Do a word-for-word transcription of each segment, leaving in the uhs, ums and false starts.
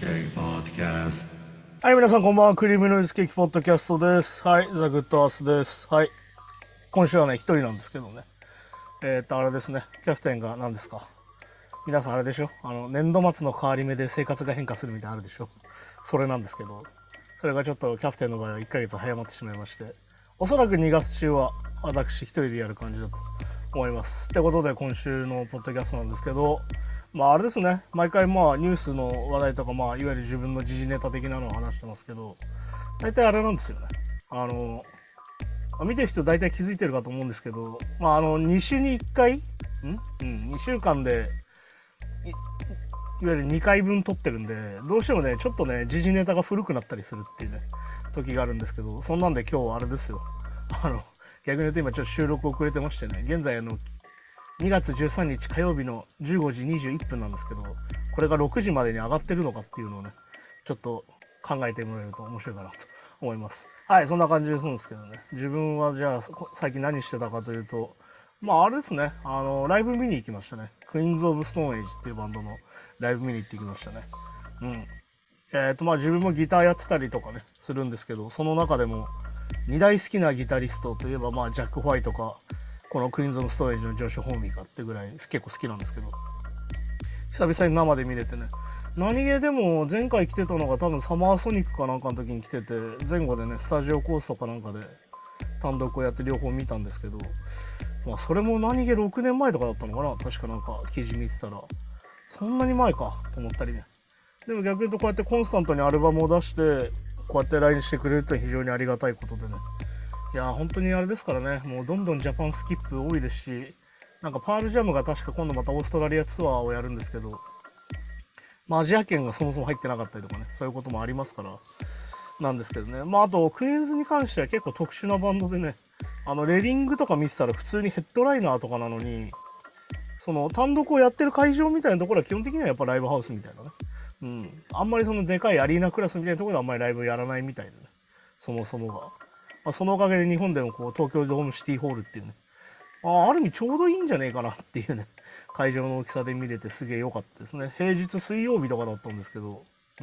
Podcast. はい、皆さんこんばんは。クリームノイズケーキポッドキャストです。はい、ザ・グッドアースです。はい、今週はね、一人なんですけどね。えーっと、あれですね、キャプテンが何ですか。皆さんあれでしょ、あの、年度末の変わり目で生活が変化するみたいなのあるでしょ。それなんですけど、それがちょっとキャプテンの場合はいっかげつ早まってしまいまして、おそらくにがつ中は私一人でやる感じだと思います。ってことで今週のポッドキャストなんですけど、まああれですね、毎回まあニュースの話題とか、まあいわゆる自分の時事ネタ的なのを話してますけど、大体あれなんですよね。あの、見てる人大体気づいてるかと思うんですけど、まああの、に週にいっかい、んうん、にしゅうかんでい、いわゆるにかいぶん撮ってるんで、どうしてもね、ちょっとね、時事ネタが古くなったりするっていうね、時があるんですけど、そんなんで今日はあれですよ。あの、逆に言うと今ちょっと収録遅れてましてね、現在あの、にがつじゅうさんにち火曜日のじゅうごじにじゅういっぷんなんですけど、これがろくじまでに上がってるのかっていうのをね、ちょっと考えてもらえると面白いかなと思います。はい、そんな感じでするんですけどね。自分はじゃあ、最近何してたかというと、まああれですね、あの、ライブ見に行きましたね。クイーンズ・オブ・ストーン・エイジっていうバンドのライブ見に行ってきましたね。うん。えっ、ー、と、まあ自分もギターやってたりとかね、するんですけど、その中でも、に大好きなギタリストといえば、まあジャック・ホワイトか、このクイーンズ・オブ・ストーン・エイジのジョシュ・ホーミーかってぐらい結構好きなんですけど、久々に生で見れてね、何気でも前回来てたのが多分サマーソニックかなんかの時に来てて、前後でね、スタジオコーストかなんかで単独をやって両方見たんですけど、まあそれも何気ろくねんまえとかだったのかな、確かなんか記事見てたら、そんなに前かと思ったりね。でも逆に言うとこうやってコンスタントにアルバムを出して、こうやって ライン してくれると非常にありがたいことでね。いやー本当にあれですからね、もうどんどんジャパンスキップ多いですし、なんかパールジャムが確か今度またオーストラリアツアーをやるんですけど、まあアジア圏がそもそも入ってなかったりとかね、そういうこともありますから、なんですけどね。まああと、クイーンズに関しては結構特殊なバンドでね、あの、レディングとか見てたら普通にヘッドライナーとかなのに、その単独をやってる会場みたいなところは基本的にはやっぱライブハウスみたいなね。うん。あんまりそのでかいアリーナクラスみたいなところであんまりライブやらないみたいでね。そもそもが。まあ、そのおかげで日本でもこう東京ドームシティホールっていうね、あある意味ちょうどいいんじゃねえかなっていうね、会場の大きさで見れてすげえ良かったですね。平日水曜日とかだったんですけど、うん。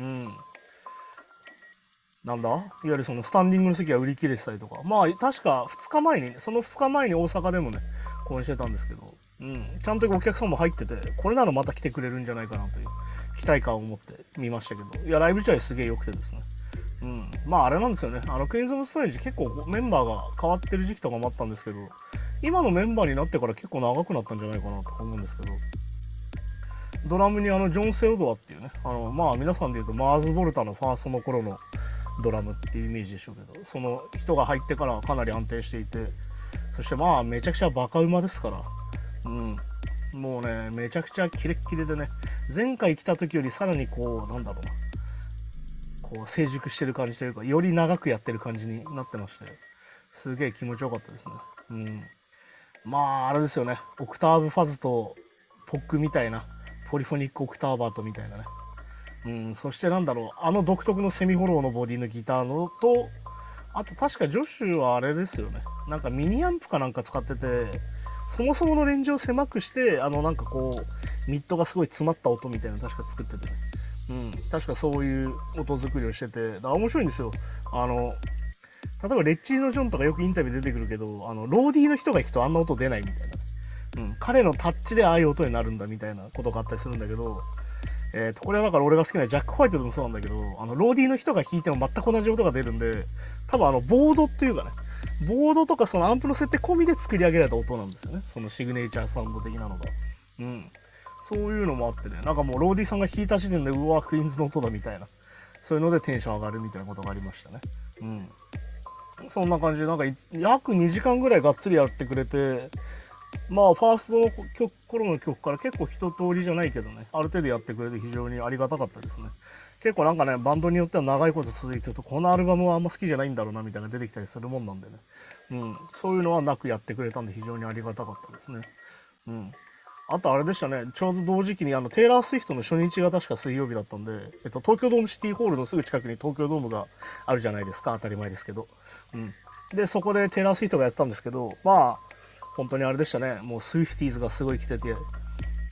なんだいわゆるそのスタンディングの席が売り切れてたりとか、まあ確かふつかまえに、ね、そのふつかまえに大阪でもね、公演してたんですけど、うん。ちゃんとお客さんも入ってて、これならまた来てくれるんじゃないかなという期待感を持って見ましたけど、いや、ライブ自体すげえ良くてですね。うん、まああれなんですよね、あのクイーンズ・オブ・ストレージ結構メンバーが変わってる時期とかもあったんですけど、今のメンバーになってから結構長くなったんじゃないかなと思うんですけど、ドラムにあのジョン・セオドアっていうね、あのまあ皆さんで言うとマーズ・ボルタのファーストの頃のドラムっていうイメージでしょうけど、その人が入ってからかなり安定していて、そしてまあめちゃくちゃバカ馬ですから、うん、もうね、めちゃくちゃキレッキレでね、前回来た時よりさらにこう、なんだろうな、こう成熟してる感じというか、より長くやってる感じになってまして、すげえ気持ちよかったですね。うん。まあ、あれですよね。オクターブファズとポックみたいな、ポリフォニックオクターバートみたいなね。うん、そしてなんだろう、あの独特のセミホローのボディのギターのと、あと確かジョシュはあれですよね。なんかミニアンプかなんか使ってて、そもそものレンジを狭くして、あのなんかこう、ミッドがすごい詰まった音みたいなの確か作っててね。うん、確かそういう音作りをしてて、だから面白いんですよ。あの、例えばレッチーノ・ジョンとかよくインタビュー出てくるけど、あの、ローディーの人が弾くとあんな音出ないみたいな。うん、彼のタッチでああいう音になるんだみたいなことがあったりするんだけど、えーと、これはだから俺が好きなジャック・ホワイトでもそうなんだけど、あの、ローディーの人が弾いても全く同じ音が出るんで、多分あの、ボードっていうかね、ボードとかそのアンプの設定込みで作り上げられた音なんですよね。そのシグネチャーサウンド的なのが。うん。そういうのもあってね、なんかもうローディさんが弾いた時点で、うわ、クイーンズの音だみたいな、そういうのでテンション上がるみたいなことがありましたね。うん。そんな感じで、なんか約にじかんぐらいがっつりやってくれて、まあ、ファーストの曲、頃の曲から結構一通りじゃないけどね、ある程度やってくれて非常にありがたかったですね。結構なんかね、バンドによっては長いこと続いてると、このアルバムはあんま好きじゃないんだろうなみたいなのが出てきたりするもんなんでね。うん。そういうのはなくやってくれたんで非常にありがたかったですね。うん。あとあれでしたね、ちょうど同時期にあのテイラー・スウィフトの初日が確か水曜日だったんで、えっと、東京ドームシティホールのすぐ近くに東京ドームがあるじゃないですか、当たり前ですけど。うん。で、そこでテイラー・スウィフトがやってたんですけど、まあ、本当にあれでしたね、もうスウィフティーズがすごい来てて、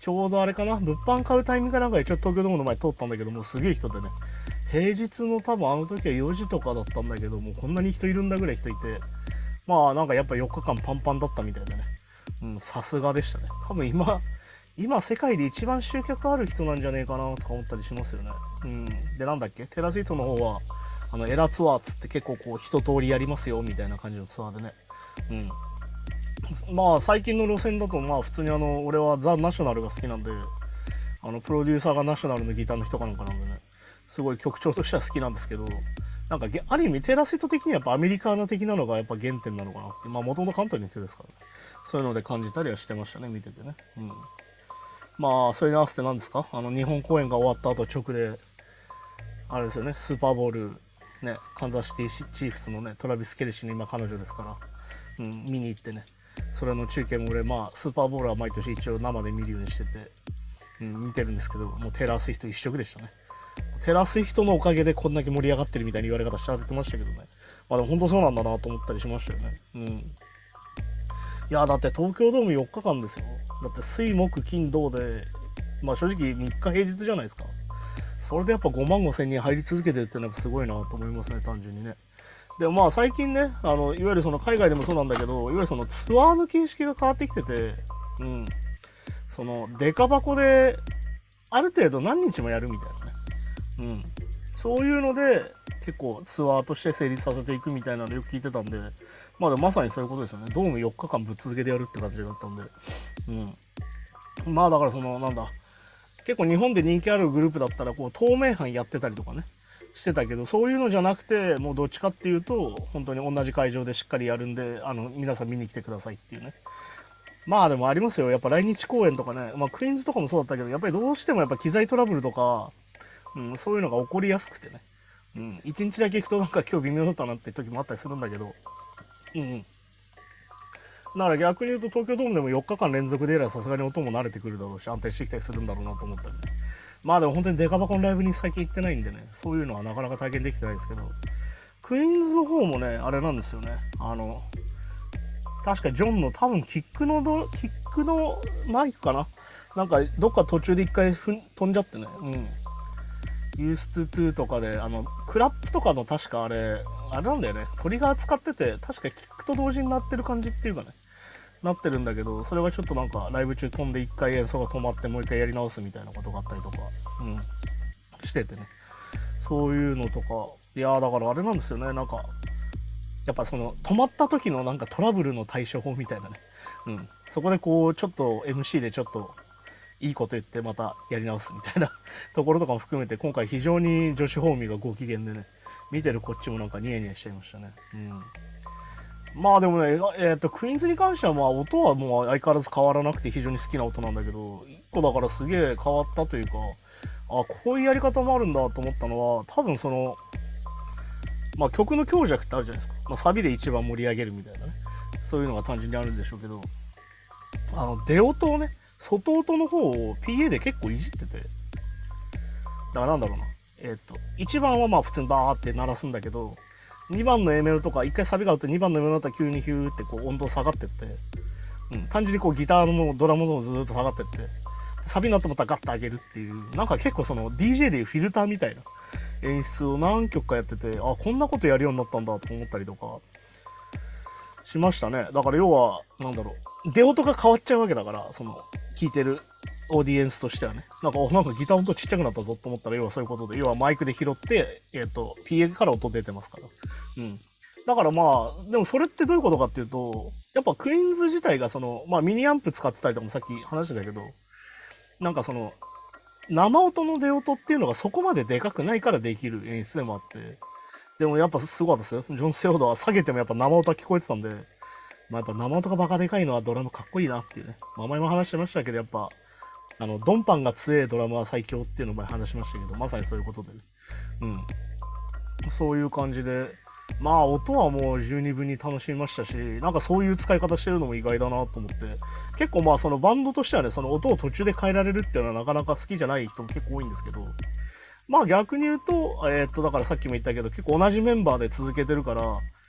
ちょうどあれかな、物販買うタイミングかなんかでちょっと東京ドームの前通ったんだけど、もうすげえ人でね、平日の多分あの時はよじとかだったんだけど、もうこんなに人いるんだぐらい人いて、まあなんかやっぱよっかかんパンパンだったみたいでね、うん、さすがでしたね。多分今、今世界で一番集客ある人なんじゃねえかなとか思ったりしますよね。うん。で、なんだっけ、テラスイートの方は、あのエラツアーっつって結構こう一通りやりますよみたいな感じのツアーでね。うん。まあ最近の路線だとまあ普通にあの俺はザ・ナショナルが好きなんで、あのプロデューサーがナショナルのギターの人かなんかなんでね、すごい曲調としては好きなんですけど、なんかある意味テラスイート的にはやっぱアメリカーナ的なのがやっぱ原点なのかなって、まあもともと関東の人ですからね。そういうので感じたりはしてましたね、見ててね。うん。まあそれに合わせて何ですか、あの日本公演が終わった後直で、あれですよね、スーパーボール、ね、カンザスシティチーフスのね、トラビス・ケルシーの今彼女ですから、うん、見に行ってね、それの中継も俺、まあ、スーパーボールは毎年一応生で見るようにしてて、うん、見てるんですけど、もうテラー・スウィフト一色でしたね。テラー・スウィフトのおかげでこんだけ盛り上がってるみたいな言われ方しちゃってましたけどね。まあでも本当そうなんだなと思ったりしましたよね。うん。いや、だって東京ドームよっかかんですよ。だって水木金土で、まあ正直みっか平日じゃないですか。それでやっぱごまんごせんにん入り続けてるっていうのはすごいなと思いますね、単純にね。でもまあ最近ね、あのいわゆるその海外でもそうなんだけど、いわゆるそのツアーの形式が変わってきてて、うん、そのデカ箱である程度何日もやるみたいなね、うん、そういうので結構ツアーとして成立させていくみたいなのよく聞いてたんで、まあでもまさにそういうことですよね。ドームよっかかんぶっ続けてやるって感じだったんで、うん、まあだからそのなんだ、結構日本で人気あるグループだったらこう透明版やってたりとかねしてたけど、そういうのじゃなくてもうどっちかっていうと本当に同じ会場でしっかりやるんで、あの皆さん見に来てくださいっていうね。まあでもありますよ、やっぱ来日公演とかね、まあ、クイーンズとかもそうだったけど、やっぱりどうしてもやっぱ機材トラブルとか、うん、そういうのが起こりやすくてね、うん、いちにちだけ行くとなんか今日微妙だったなって時もあったりするんだけど、うん、うん、だから逆に言うと東京ドームでもよっかかん連続でやればさすがに音も慣れてくるだろうし、安定してきたりするんだろうなと思ったりね。まあでも本当にデカバコのライブに最近行ってないんでね、そういうのはなかなか体験できてないですけど、クイーンズの方もね、あれなんですよね。あの、確かジョンの多分キックのド、キックのマイクかな、なんかどっか途中で一回ふん飛んじゃってね、うん。ユーストゥトゥとかで、あの、クラップとかの確かあれ、あれなんだよね、トリガー使ってて、確かキックと同時になってる感じっていうかね、なってるんだけど、それがちょっとなんかライブ中飛んで一回演奏が止まってもう一回やり直すみたいなことがあったりとか、うん、しててね。そういうのとか、いやーだからあれなんですよね、なんか、やっぱその止まった時のなんかトラブルの対処法みたいなね、うん、そこでこうちょっと エムシー でちょっといいこと言ってまたやり直すみたいなところとかも含めて、今回非常に女子ホーミーがご機嫌でね、見てるこっちもなんかニヤニヤしちゃいましたね。うん、まあでもね、えー、とクイーンズに関してはまあ音はもう相変わらず変わらなくて非常に好きな音なんだけど、いっこだからすげえ変わったというか、あ、こういうやり方もあるんだと思ったのは、多分その、まあ、曲の強弱ってあるじゃないですか、まあ、サビで一番盛り上げるみたいなね、そういうのが単純にあるんでしょうけど、あの出音をね、外音の方を ピーエー で結構いじってて、だからなんだろうな、えっ、といちばんはまあ普通にバーって鳴らすんだけど、にばんの A メロとかいっかいサビがあってにばんの A メロだったら急にヒューってこう音頭下がってって、うん、単純にこうギターのドラムのもずっと下がってって、サビになって思ったらガッと上げるっていう、なんか結構その ディージェー でいうフィルターみたいな演出を何曲かやってて、あ、こんなことやるようになったんだと思ったりとかしましたね。だから要はなんだろう、出音が変わっちゃうわけだから、その聴いてるオーディエンスとしてはね、なんかなんかギター音ちっちゃくなったぞと思ったら、要はそういうことで、要はマイクで拾って、えっ、ー、と ピーエー から音出てますから、うん。だからまあでもそれってどういうことかっていうと、やっぱクイーンズ自体がその、まあ、ミニアンプ使ってたりとかもさっき話してたけど、なんかその生音の出音っていうのがそこまででかくないからできる演出でもあって、でもやっぱすごかったですよ。ジョン・セオドは下げてもやっぱ生音は聞こえてたんで、まあ、やっぱ生音がバカでかいのはドラムかっこいいなっていうね。まあ、前も話してましたけど、やっぱ、あの、ドンパンが強いドラムは最強っていうのを前話しましたけど、まさにそういうことで、ね、うん。そういう感じで、まあ音はもう十二分に楽しみましたし、なんかそういう使い方してるのも意外だなと思って、結構まあそのバンドとしてはね、その音を途中で変えられるっていうのはなかなか好きじゃない人も結構多いんですけど、まあ逆に言うと、えー、っとだからさっきも言ったけど、結構同じメンバーで続けてるから、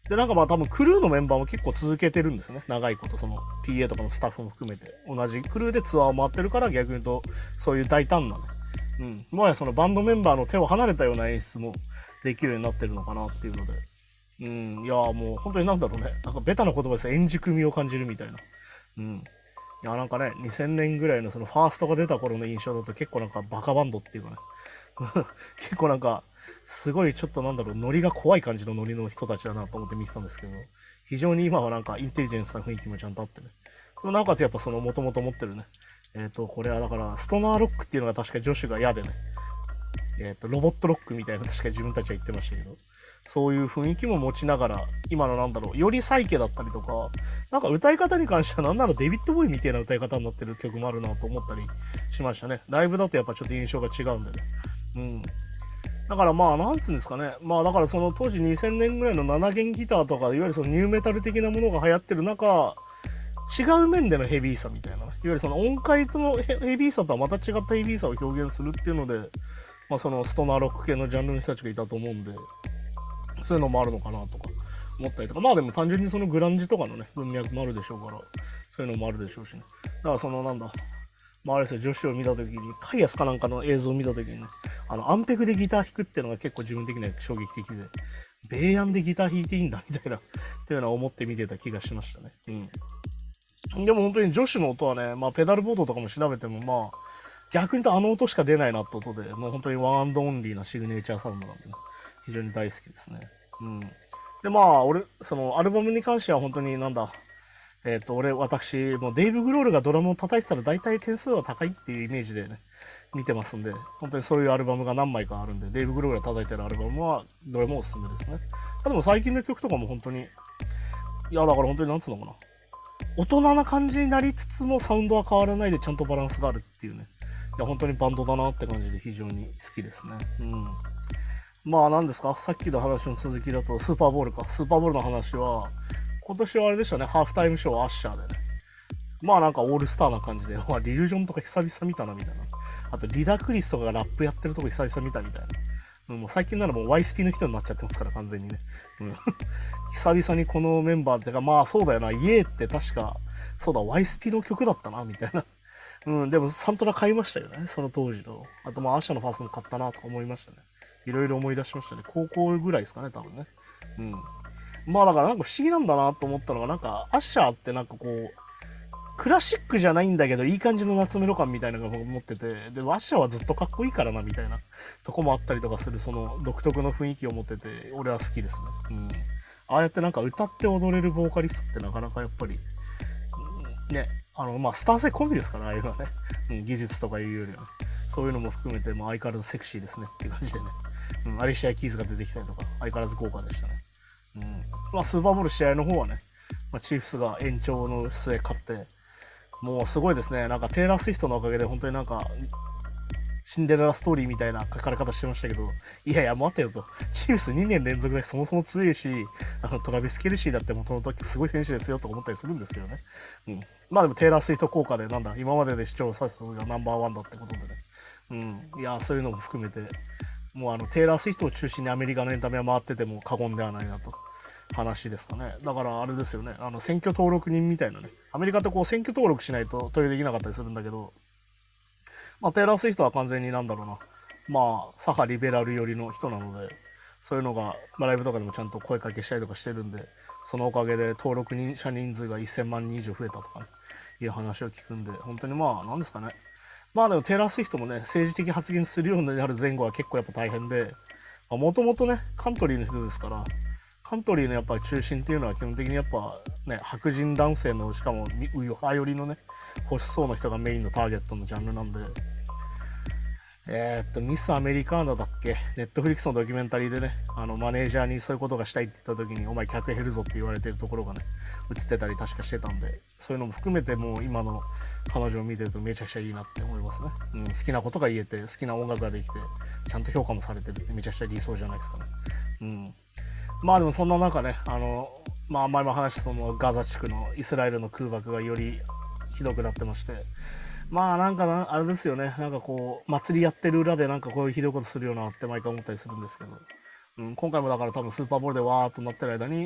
で、なんかまあ多分クルーのメンバーも結構続けてるんですね。長いこと、その ピーエー とかのスタッフも含めて。同じクルーでツアーを回ってるから、逆に言うと、そういう大胆なね、うん、もはやそのバンドメンバーの手を離れたような演出もできるようになってるのかなっていうので、うん、いやもう本当になんだろうね、なんかベタな言葉です。円熟味を感じるみたいな。うん。いや、なんかね、にせんねんぐらいのそのファーストが出た頃の印象だと結構なんかバカバンドっていうかね、結構なんか、すごいちょっとなんだろう、ノリが怖い感じのノリの人たちだなと思って見てたんですけど、非常に今はなんかインテリジェンスな雰囲気もちゃんとあってね。でもなおかつやっぱその元々持ってるね、えっ、ー、と、これはだからストナーロックっていうのが確か女子が嫌でね、えっ、ー、と、ロボットロックみたいな確か自分たちは言ってましたけど、そういう雰囲気も持ちながら、今のなんだろう、よりサイケだったりとか、なんか歌い方に関してはなんならデビッド・ボーイみたいな歌い方になってる曲もあるなと思ったりしましたね。ライブだとやっぱちょっと印象が違うんでね。うん。だからまあ、なんつうんですかね。まあだからその当時にせんねんぐらいのなな弦ギターとか、いわゆるそのニューメタル的なものが流行ってる中、違う面でのヘビーさみたいな。いわゆるその音階とのヘビーさとはまた違ったヘビーさを表現するっていうので、まあそのストナーロック系のジャンルの人たちがいたと思うんで、そういうのもあるのかなとか思ったりとか、まあでも単純にそのグランジとかのね、文脈もあるでしょうから、そういうのもあるでしょうしね。だからそのなんだ、まああれですよ、女子を見たときに、カイアスかなんかの映像を見たときにね、あの、アンペグでギター弾くっていうのが結構自分的には衝撃的で、ベイアンでギター弾いていいんだみたいな、っていうのは思って見てた気がしましたね。うん。でも本当に女子の音はね、まあペダルボードとかも調べても、まあ、逆に言うとあの音しか出ないなって音で、もう本当にワンアンドオンリーなシグネチャーサウンドなんでね、非常に大好きですね。うん。で、まあ、俺、その、アルバムに関しては本当になんだ、えっ、ー、と、俺、私、もうデイブ・グロールがドラムを叩いてたら大体点数は高いっていうイメージでね、見てますんで、本当にそういうアルバムが何枚かあるんで、デイブ・グロールが叩いてるアルバムはどれもおすすめですね。でも最近の曲とかも本当に、いや、だから本当になんつうのかな。大人な感じになりつつもサウンドは変わらないでちゃんとバランスがあるっていうね。いや、本当にバンドだなって感じで非常に好きですね。うん。まあ、なんですか、さっきの話の続きだと、スーパーボールか。スーパーボールの話は、今年はあれでしたね、ハーフタイムショー、アッシャーでね。まあなんかオールスターな感じで、まあ、リルジョンとか久々見たなみたいな。あとリダクリスとかがラップやってるとこ久々見たみたいな。うん、もう最近ならもう ワイエスピー の人になっちゃってますから、完全にね。うん、久々にこのメンバーってか、まあそうだよな、イエーって確か、そうだ、ワイエスピー の曲だったな、みたいな。うん、でもサントラ買いましたよね、その当時の。あとまあアッシャーのファーストも買ったなとか思いましたね。いろいろ思い出しましたね。高校ぐらいですかね、多分ね。うん。まあだからなんか不思議なんだなと思ったのが、なんかアッシャーってなんかこう、クラシックじゃないんだけど、いい感じの夏メロ感みたいなのが持ってて、で、ワッシャーはずっとかっこいいからな、みたいなとこもあったりとかする、その独特の雰囲気を持ってて、俺は好きですね。うん。ああやってなんか歌って踊れるボーカリストってなかなかやっぱり、ね、あの、まあ、スター性コンビですから、ああいうのはね。うん、技術とかいうよりはね。そういうのも含めて、まあ、相変わらずセクシーですねっていう感じでね。うん、アリシア・キーズが出てきたりとか、相変わらず豪華でしたね。うん。まあ、スーパーボール試合の方はね、まあ、チーフスが延長の末勝って、もうすごいですね。なんかテイラー・スウィフトのおかげで本当になんかシンデレラストーリーみたいな書かれ方してましたけど、いやいや待てよと。チーフスにねん連続でそもそも強いし、あのトラビス・ケルシーだって元々すごい選手ですよと思ったりするんですけどね。うん。まあでもテイラー・スウィフト効果でなんだ、今までで視聴者数がナンバーワンだってことでね。うん。いや、そういうのも含めて、もうあのテイラー・スウィフトを中心にアメリカのエンタメは回ってても過言ではないなと。話ですかね。だからあれですよね。あの選挙登録人みたいなね。アメリカってこう選挙登録しないと投与できなかったりするんだけど、まあ、テイラー・スウィフトは完全になんだろうな。まあ、左派リベラル寄りの人なので、そういうのが、まあ、ライブとかでもちゃんと声かけしたりとかしてるんで、そのおかげで登録者人数がせんまんにん以上増えたとかね、いう話を聞くんで、本当にまあ、なんですかね。まあでもテイラー・スウィフトもね、政治的発言するようになる前後は結構やっぱ大変で、もともとね、カントリーの人ですから、カントリーのやっぱり中心っていうのは基本的にやっぱね、白人男性の、しかも右派寄りのね、保守層の人がメインのターゲットのジャンルなんで、えー、っと、ミス・アメリカーナだっけ、ネットフリックスのドキュメンタリーでね、あのマネージャーにそういうことがしたいって言った時に、お前客減るぞって言われてるところがね、映ってたり確かしてたんで、そういうのも含めてもう今の彼女を見てるとめちゃくちゃいいなって思いますね。うん、好きなことが言えて、好きな音楽ができて、ちゃんと評価もされてるってめちゃくちゃ理想じゃないですかね。うん。まあでもそんな中ね、あの、まあ前も話したそのガザ地区のイスラエルの空爆がよりひどくなってまして、まあなんかな、あれですよね、なんかこう、祭りやってる裏でなんかこういうひどいことするよなって毎回思ったりするんですけど、うん、今回もだから多分スーパーボールでわーっとなってる間に、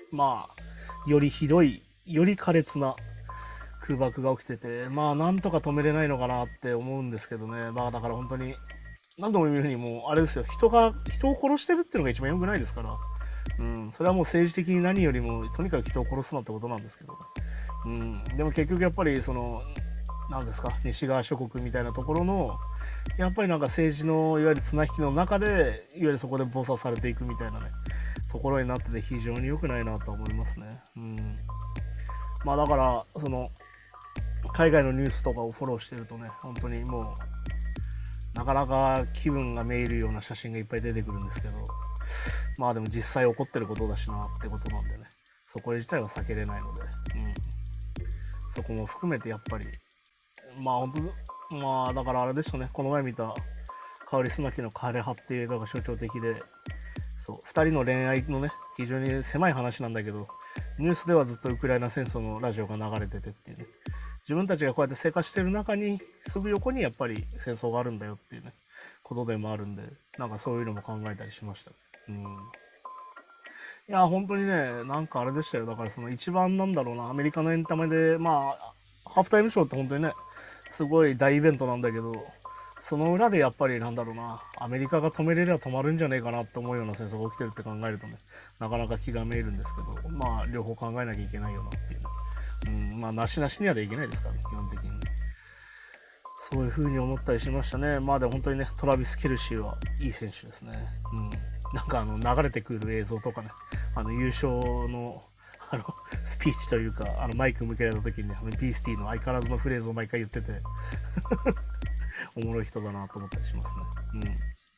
まあ、よりひどい、より苛烈な空爆が起きてて、まあ、なんとか止めれないのかなって思うんですけどね。まあ、だから本当に、何度も言うように、もう、あれですよ、人が、人を殺してるっていうのが一番良くないですから、うん、それはもう政治的に何よりも、とにかく人を殺すなってことなんですけど、うん、でも結局やっぱり、その、なんですか、西側諸国みたいなところの、やっぱりなんか政治のいわゆる綱引きの中で、いわゆるそこで暴殺されていくみたいなね、ところになってて非常に良くないなと思いますね。うん。まあだから、その、海外のニュースとかをフォローしてるとね、本当にもう、なかなか気分がめいるような写真がいっぱい出てくるんですけど、まあでも実際起こってることだしなってことなんでね、そこ自体は避けれないので、うん。そこも含めてやっぱり、まあ本当、まあだからあれでしたね、この前見た、香りすまきの枯葉っていう映画が象徴的で、そう、ふたりの恋愛のね、非常に狭い話なんだけど、ニュースではずっとウクライナ戦争のラジオが流れててっていうね、自分たちがこうやって生活してる中に、すぐ横にやっぱり戦争があるんだよっていうね、ことでもあるんで、なんかそういうのも考えたりしました。うん。いや、本当にね、なんかあれでしたよ。だからその一番なんだろうな、アメリカのエンタメで、まあ、ハーフタイムショーって本当にね、すごい大イベントなんだけど、その裏でやっぱりなんだろうな、アメリカが止めれれば止まるんじゃねえかなって思うような戦争が起きてるって考えるとね、なかなか気がめいるんですけど、まあ、両方考えなきゃいけないよなっていう、ね。うん、まあ、なしなしにはできないですからね、基本的に。そういう風に思ったりしましたね。まあでも本当にね、トラビス・ケルシーはいい選手ですね。うん。なんかあの、流れてくる映像とかね、あの、優勝の、あの、スピーチというか、あの、マイク向けられた時にね、あのビースティーの相変わらずのフレーズを毎回言ってて、おもろい人だなと思ったりしますね。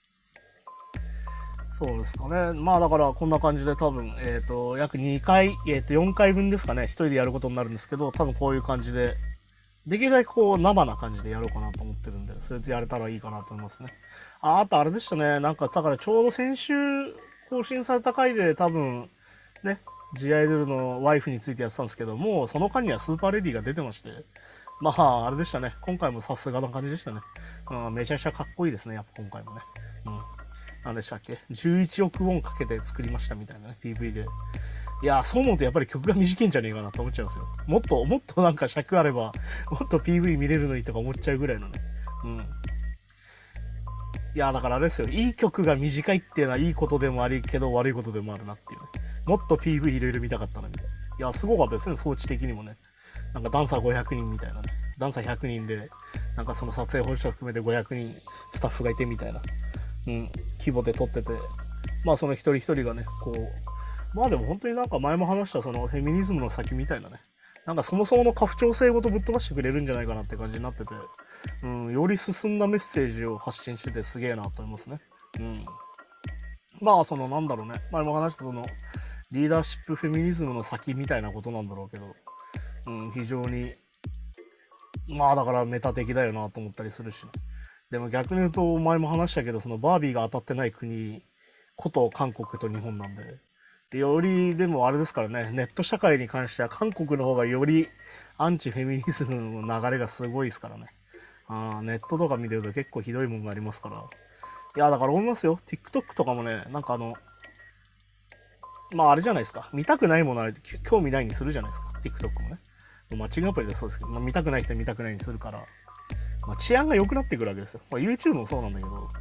うん。そうですかね。まあだからこんな感じで多分、えっ、ー、と、約にかい、えっ、ー、と、よんかいぶんですかね、一人でやることになるんですけど、多分こういう感じで、できるだけこう生な感じでやろうかなと思ってるんで、それでやれたらいいかなと思いますね。あ、あとあれでしたね。なんか、だからちょうど先週更新された回で多分、ね、G アイドルのワイフについてやってたんですけど、もうその間にはスーパーレディが出てまして、まあ、あれでしたね。今回もさすがな感じでしたね。うん、めちゃくちゃかっこいいですね、やっぱ今回もね。うん。なんでしたっけ ?じゅういち 億ウォンかけて作りましたみたいなね、ピーブイ で。いや、そう思うとやっぱり曲が短いんじゃねえかなと思っちゃうんですよ。もっと、もっとなんか尺あれば、もっと ピーブイ 見れるのにとか思っちゃうぐらいのね。うん。いや、だからあれですよ。いい曲が短いっていうのはいいことでもありけど悪いことでもあるなっていうね。もっと ピーブイ いろいろ見たかったなみたいな。いや、すごかったですね、装置的にもね。なんかダンサーごひゃくにんみたいなね。ダンサーひゃくにんで、なんかその撮影報酬を含めてごひゃくにんスタッフがいてみたいな。うん、規模で撮ってて。まあその一人一人がね、こう、まあでも本当になんか前も話したそのフェミニズムの先みたいなね。なんかそもそもの家父長制ごとぶっ飛ばしてくれるんじゃないかなって感じになってて、うん、より進んだメッセージを発信しててすげえなと思いますね。うん。まあそのなんだろうね、前も話したそのリーダーシップフェミニズムの先みたいなことなんだろうけど、うん、非常に、まあだからメタ的だよなと思ったりするし、ね、でも逆に言うと前も話したけど、そのバービーが当たってない国こと韓国と日本なんで、でよりでもあれですからね、ネット社会に関しては韓国の方がよりアンチフェミニズムの流れがすごいですからね。あネットとか見てると結構ひどいもんがありますから。いやだから思いますよ。TikTok とかもね、なんかあの、まああれじゃないですか。見たくないものは興味ないにするじゃないですか。TikTok もね。マッチングアプリでそうですけど、まあ、見たくない人は見たくないにするから、まあ、治安が良くなってくるわけですよ。まあ、YouTube もそうなんだけど、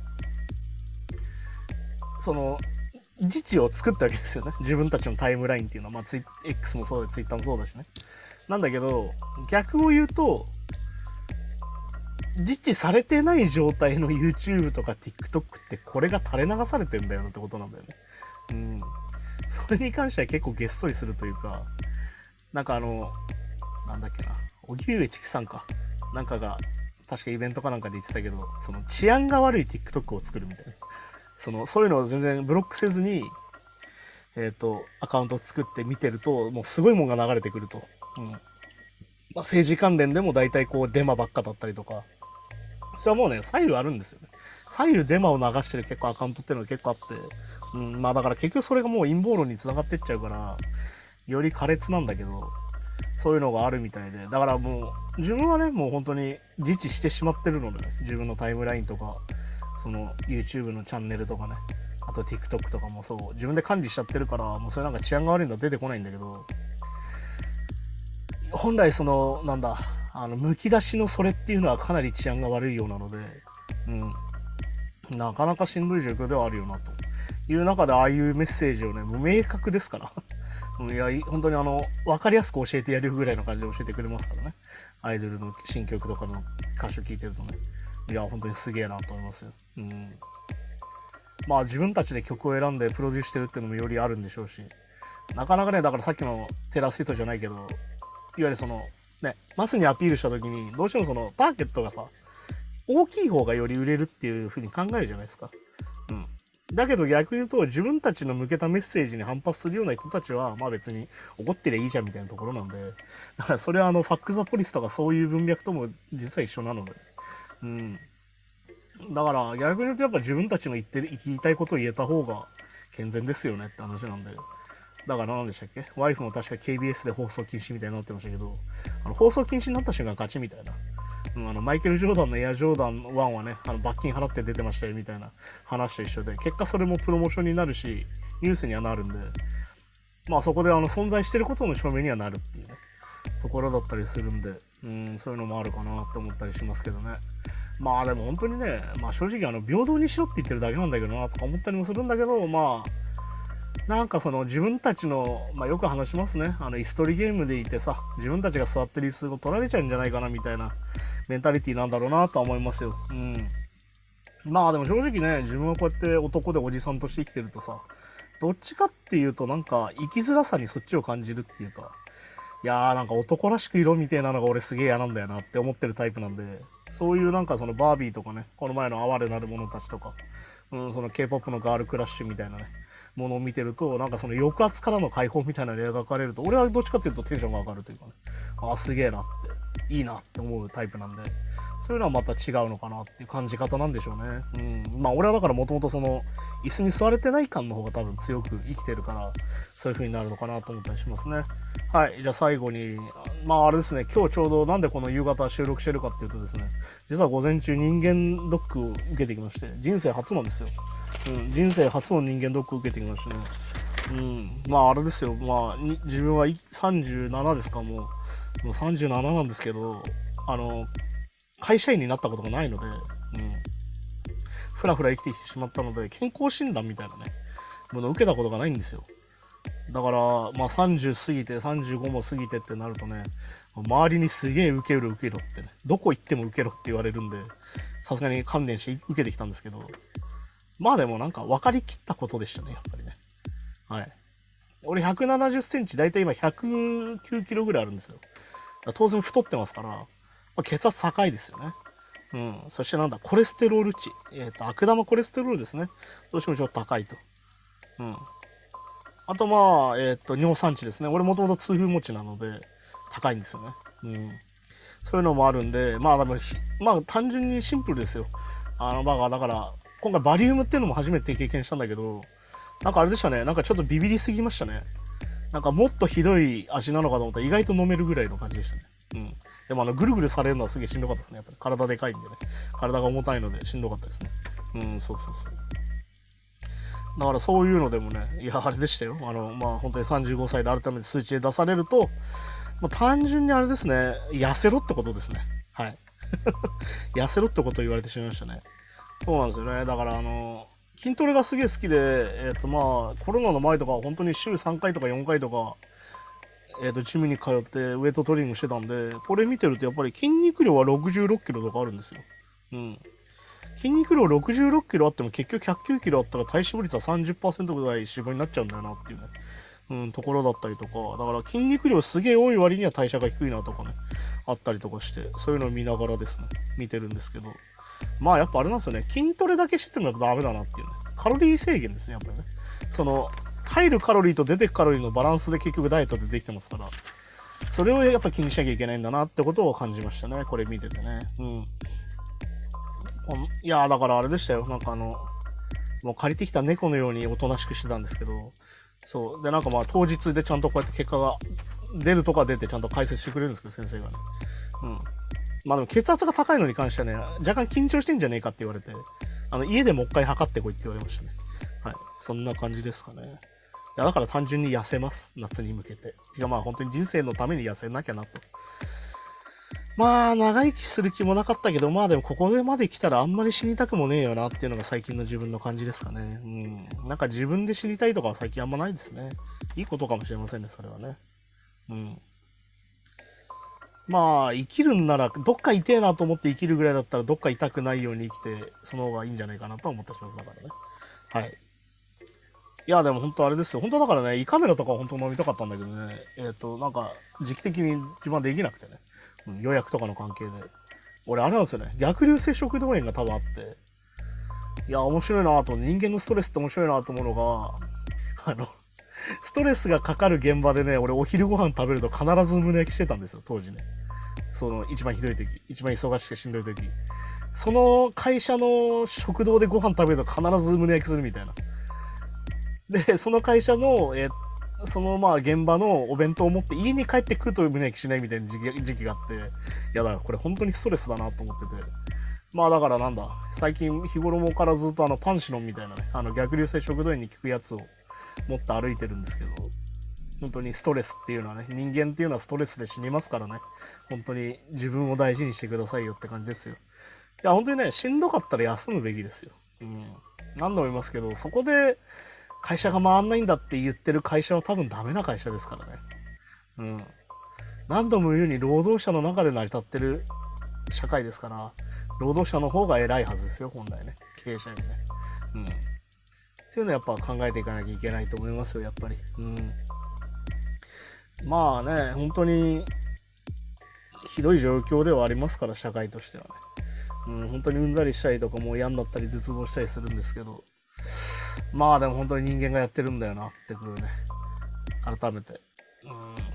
その、自治を作ったわけですよね。自分たちのタイムラインっていうのは、まあ、ツイ X もそうで、Twitter もそうだしね。なんだけど、逆を言うと、自治されてない状態の YouTube とか TikTok ってこれが垂れ流されてんだよなってことなんだよね。うん。それに関しては結構げっそりするというか、なんかあの、なんだっけな、荻上チキさんか。なんかが、確かイベントかなんかで言ってたけど、その治安が悪い TikTok を作るみたいな。その、そういうのを全然ブロックせずに、えっ、ー、と、アカウントを作って見てると、もうすごいもんが流れてくると。うん。まあ、政治関連でも大体こうデマばっかだったりとか、それはもうね、左右あるんですよね。左右デマを流してる結構アカウントっていうのが結構あって、うん、まあだから結局それがもう陰謀論に繋がってっちゃうから、より苛烈なんだけど、そういうのがあるみたいで、だからもう、自分はね、もう本当に自治してしまってるので、ね、自分のタイムラインとか、その YouTube のチャンネルとかね、 あと TikTok とかもそう、自分で管理しちゃってるから、もうそれなんか治安が悪いのは出てこないんだけど、本来その、なんだ、あの、むき出しのそれっていうのはかなり治安が悪いようなので、うん、なかなかしんどい状況ではあるよな、という中でああいうメッセージをね、もう明確ですから。いや、本当にあの、わかりやすく教えてやるぐらいの感じで教えてくれますからね。アイドルの新曲とかの歌詞を聞いてるとね。いや、本当にすげえなと思いますよ。うん。まあ自分たちで曲を選んでプロデュースしてるっていうのもよりあるんでしょうし、なかなかね、だからさっきのテラスイートじゃないけど、いわゆるその、ね、マスにアピールした時に、どうしてもそのターゲットがさ、大きい方がより売れるっていう風に考えるじゃないですか。うん。だけど逆に言うと、自分たちの向けたメッセージに反発するような人たちは、まあ別に怒ってりゃいいじゃんみたいなところなんで、だからそれはあの、ファック・ザ・ポリスとかそういう文脈とも実は一緒なので、うん。だから逆に言うとやっぱ自分たちの言ってる、言いたいことを言えた方が健全ですよねって話なんで、だから何でしたっけ、ワイフも確か ケービーエス で放送禁止みたいになってましたけど、あの放送禁止になった瞬間勝ちみたいな。うん、あのマイケル・ジョーダンのエア・ジョーダンワンはね、あの罰金払って出てましたよみたいな話と一緒で、結果それもプロモーションになるし、ニュースにはなるんで、まあそこであの存在してることの証明にはなるっていうね、ところだったりするんで、うん、そういうのもあるかなって思ったりしますけどね。まあでも本当にね、まあ正直あの平等にしろって言ってるだけなんだけどなとか思ったりもするんだけど、まあ、なんかその自分たちの、まあよく話しますね、あの椅子取りゲームでいてさ、自分たちが座ってる椅子を取られちゃうんじゃないかなみたいなメンタリティなんだろうなとは思いますよ。うん。まあでも正直ね、自分はこうやって男でおじさんとして生きてるとさ、どっちかっていうとなんか生きづらさにそっちを感じるっていうか、いやーなんか男らしく色みてえなのが俺すげえ嫌なんだよなって思ってるタイプなんで、そういうなんかそのバービーとかね、この前の哀れなる者たちとか、うん、その K-ポップ のガールクラッシュみたいなね、ものを見てると、なんかその抑圧からの解放みたいなのが描かれると、俺はどっちかっていうとテンションが上がるというかね、ああ、すげえなって、いいなって思うタイプなんで、そういうのはまた違うのかなっていう感じ方なんでしょうね。うん。まあ俺はだからもともとその、椅子に座れてない感の方が多分強く生きてるから、そういう風になるのかなと思ったりしますね。はい。じゃあ最後に、まああれですね、今日ちょうどなんでこの夕方収録してるかっていうとですね、実は午前中人間ドックを受けてきまして、人生初なんですよ。うん。人生初の人間ドックを受けてきましてね。うん。まああれですよ。まあ自分はさんじゅうななですか、もう。もうさんじゅうなななんですけど、あの、会社員になったことがないので、うん。ふらふら生きてきてしまったので、健康診断みたいなね、ものを受けたことがないんですよ。だから、まあさんじゅう過ぎて、さんじゅうごも過ぎてってなるとね、周りにすげえ受けろ受けろってね、どこ行っても受けろって言われるんで、さすがに観念して受けてきたんですけど、まあでもなんか分かりきったことでしたね、やっぱりね。はい。俺ひゃくななじゅっセンチ、だいたい今ひゃくきゅうキロぐらいあるんですよ。当然太ってますから、まあ、血圧高いですよね。うん。そしてなんだ、コレステロール値。えっ、ー、と、悪玉コレステロールですね。どうしてもちょっと高いと。うん。あとまあ、えっ、ー、と、尿酸値ですね。俺もともと痛風持ちなので、高いんですよね。うん。そういうのもあるんで、まあ、でも、まあ、単純にシンプルですよ。あの、まあ、だから、今回バリウムっていうのも初めて経験したんだけど、なんかあれでしたね。なんかちょっとビビりすぎましたね。なんかもっとひどい味なのかと思ったら意外と飲めるぐらいの感じでしたね。うん。でもあの、ぐるぐるされるのはすげえしんどかったですね。やっぱり体でかいんでね。体が重たいのでしんどかったですね。うん、そうそうそう。だからそういうのでもね、いや、あれでしたよ。あの、まあ本当にさんじゅうごさいで改めて数値で出されると、まあ、単純にあれですね、痩せろってことですね。はい。痩せろってことを言われてしまいましたね。そうなんですよね。だからあの、筋トレがすげえ好きで、えっ、ー、とまあ、コロナの前とか本当に週さんかいとかよんかいとか、えっ、ー、と、ジムに通ってウェイトトレーニングしてたんで、これ見てるとやっぱり筋肉量はろくじゅうろっキロとかあるんですよ。うん。筋肉量ろくじゅうろっキロあっても結局ひゃくきゅうキロあったら体脂肪率はさんじゅっパーセントぐらい脂肪になっちゃうんだよなっていうね。うん、ところだったりとか、だから筋肉量すげえ多い割には代謝が低いなとかね、あったりとかして、そういうのを見ながらですね、見てるんですけど、まあやっぱあれなんですよね、筋トレだけしててもダメだなっていうね、カロリー制限ですね、やっぱりね。その、入るカロリーと出てくカロリーのバランスで結局ダイエットってできてますから、それをやっぱ気にしなきゃいけないんだなってことを感じましたね、これ見ててね。うん。いやーだからあれでしたよ、なんかあの、もう借りてきた猫のようにおとなしくしてたんですけど、そう。で、なんかまあ当日でちゃんとこうやって結果が出るとか出てちゃんと解説してくれるんですけど、先生がね。うん。まあでも血圧が高いのに関してはね、若干緊張してんじゃねえかって言われて、あの、家でもう一回測ってこいって言われましたね。はい。 そんな感じですかね。いや、だから単純に痩せます。夏に向けて。てかまあ本当に人生のために痩せなきゃなと。まあ、長生きする気もなかったけど、まあでもここまで来たらあんまり死にたくもねえよなっていうのが最近の自分の感じですかね。うん。なんか自分で死にたいとかは最近あんまないですね。いいことかもしれませんね、それはね。うん。まあ、生きるんなら、どっか痛えなと思って生きるぐらいだったら、どっか痛くないように生きて、その方がいいんじゃないかなとは思ったりします、だからね。はい。いや、でも本当あれですよ。本当だからね、胃カメラとか本当飲みたかったんだけどね、えっ、ー、と、なんか、時期的に自慢できなくてね、うん、予約とかの関係で。俺、あれなんですよね、逆流性食道炎が多分あって、いや、面白いなと、人間のストレスって面白いなと思うのが、あの、ストレスがかかる現場でね、俺、お昼ご飯食べると必ず胸焼きしてたんですよ、当時ね。その、一番ひどい時、一番忙しくてしんどい時。その会社の食堂でご飯食べると必ず胸焼きするみたいな。で、その会社の、えー、そのまあ現場のお弁当を持って家に帰ってくると胸焼きしないみたいな時期時期があって、いやだからこれ本当にストレスだなと思ってて。まあだからなんだ、最近日頃もからずっとあのパンシノンみたいなね、あの逆流性食道炎に効くやつを持って歩いてるんですけど、本当にストレスっていうのはね、人間っていうのはストレスで死にますからね、本当に自分を大事にしてくださいよって感じですよ。いや、本当にね、しんどかったら休むべきですよ。うん。何度も言いますけど、そこで会社が回んないんだって言ってる会社は多分ダメな会社ですからね。うん。何度も言うように労働者の中で成り立ってる社会ですから、労働者の方が偉いはずですよ、本来ね。経営者よりね。うん。っていうのはやっぱ考えていかなきゃいけないと思いますよ、やっぱり。うん。まあね、本当にひどい状況ではありますから、社会としてはね。うん、本当にうんざりしたりとかもう病んだったり絶望したりするんですけど、まあでも本当に人間がやってるんだよなってくるね。改めて。うん、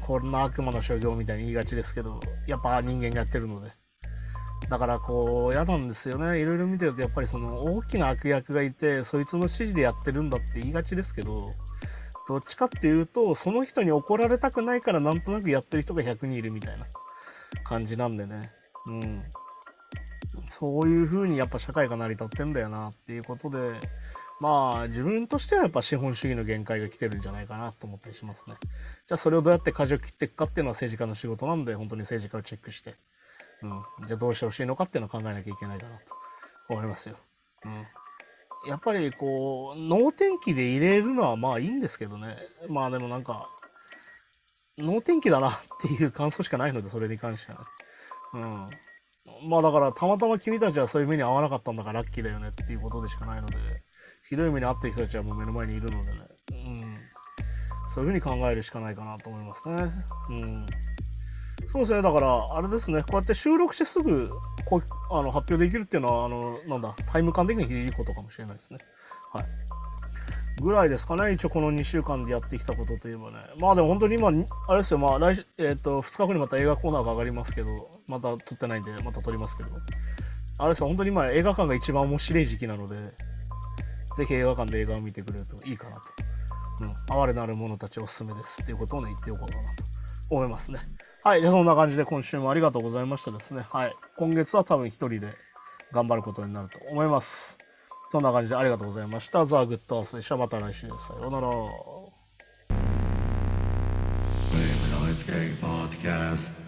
こんな悪魔の所業みたいに言いがちですけど、やっぱ人間がやってるので。だからこう、嫌なんですよね。いろいろ見てると、やっぱりその大きな悪役がいて、そいつの指示でやってるんだって言いがちですけど、どっちかっていうと、その人に怒られたくないからなんとなくやってる人がひゃくにんいるみたいな感じなんでね。うん。そういう風にやっぱ社会が成り立ってんだよなっていうことで、まあ自分としてはやっぱ資本主義の限界が来てるんじゃないかなと思ったりしますね。じゃあそれをどうやって舵を切っていくかっていうのは政治家の仕事なんで、本当に政治家をチェックして、うん、じゃあどうしてほしいのかっていうのを考えなきゃいけないかなと思いますよ。うん。やっぱりこう、能天気で入れるのはまあいいんですけどね。まあでもなんか、能天気だなっていう感想しかないので、それに関してはね。うん。まあだからたまたま君たちはそういう目に遭わなかったんだからラッキーだよねっていうことでしかないので、ひどい目に遭ってる人たちはもう目の前にいるのでね、うん、そういうふうに考えるしかないかなと思いますね。うん、そうですね、だからあれですね、こうやって収録してすぐこうあの発表できるっていうのはあのなんだタイム感的にいいことかもしれないですね。はい。ぐらいですかね、一応このにしゅうかんでやってきたことといえばね。まあでも本当に今、あれですよ、まあ来週、えっ、ー、と、ふつかごにまた映画コーナーが上がりますけど、また撮ってないんで、また撮りますけど、あれですよ、本当に今映画館が一番面白い時期なので、ぜひ映画館で映画を見てくれるといいかなと。うん、哀れなる者たちおすすめですっていうことをね、言っておこうかなと思いますね。はい、じゃあそんな感じで今週もありがとうございましたですね。はい、今月は多分一人で頑張ることになると思います。そんな感じでありがとうございました。ザ・グッドアースでした。また来週です。さようなら。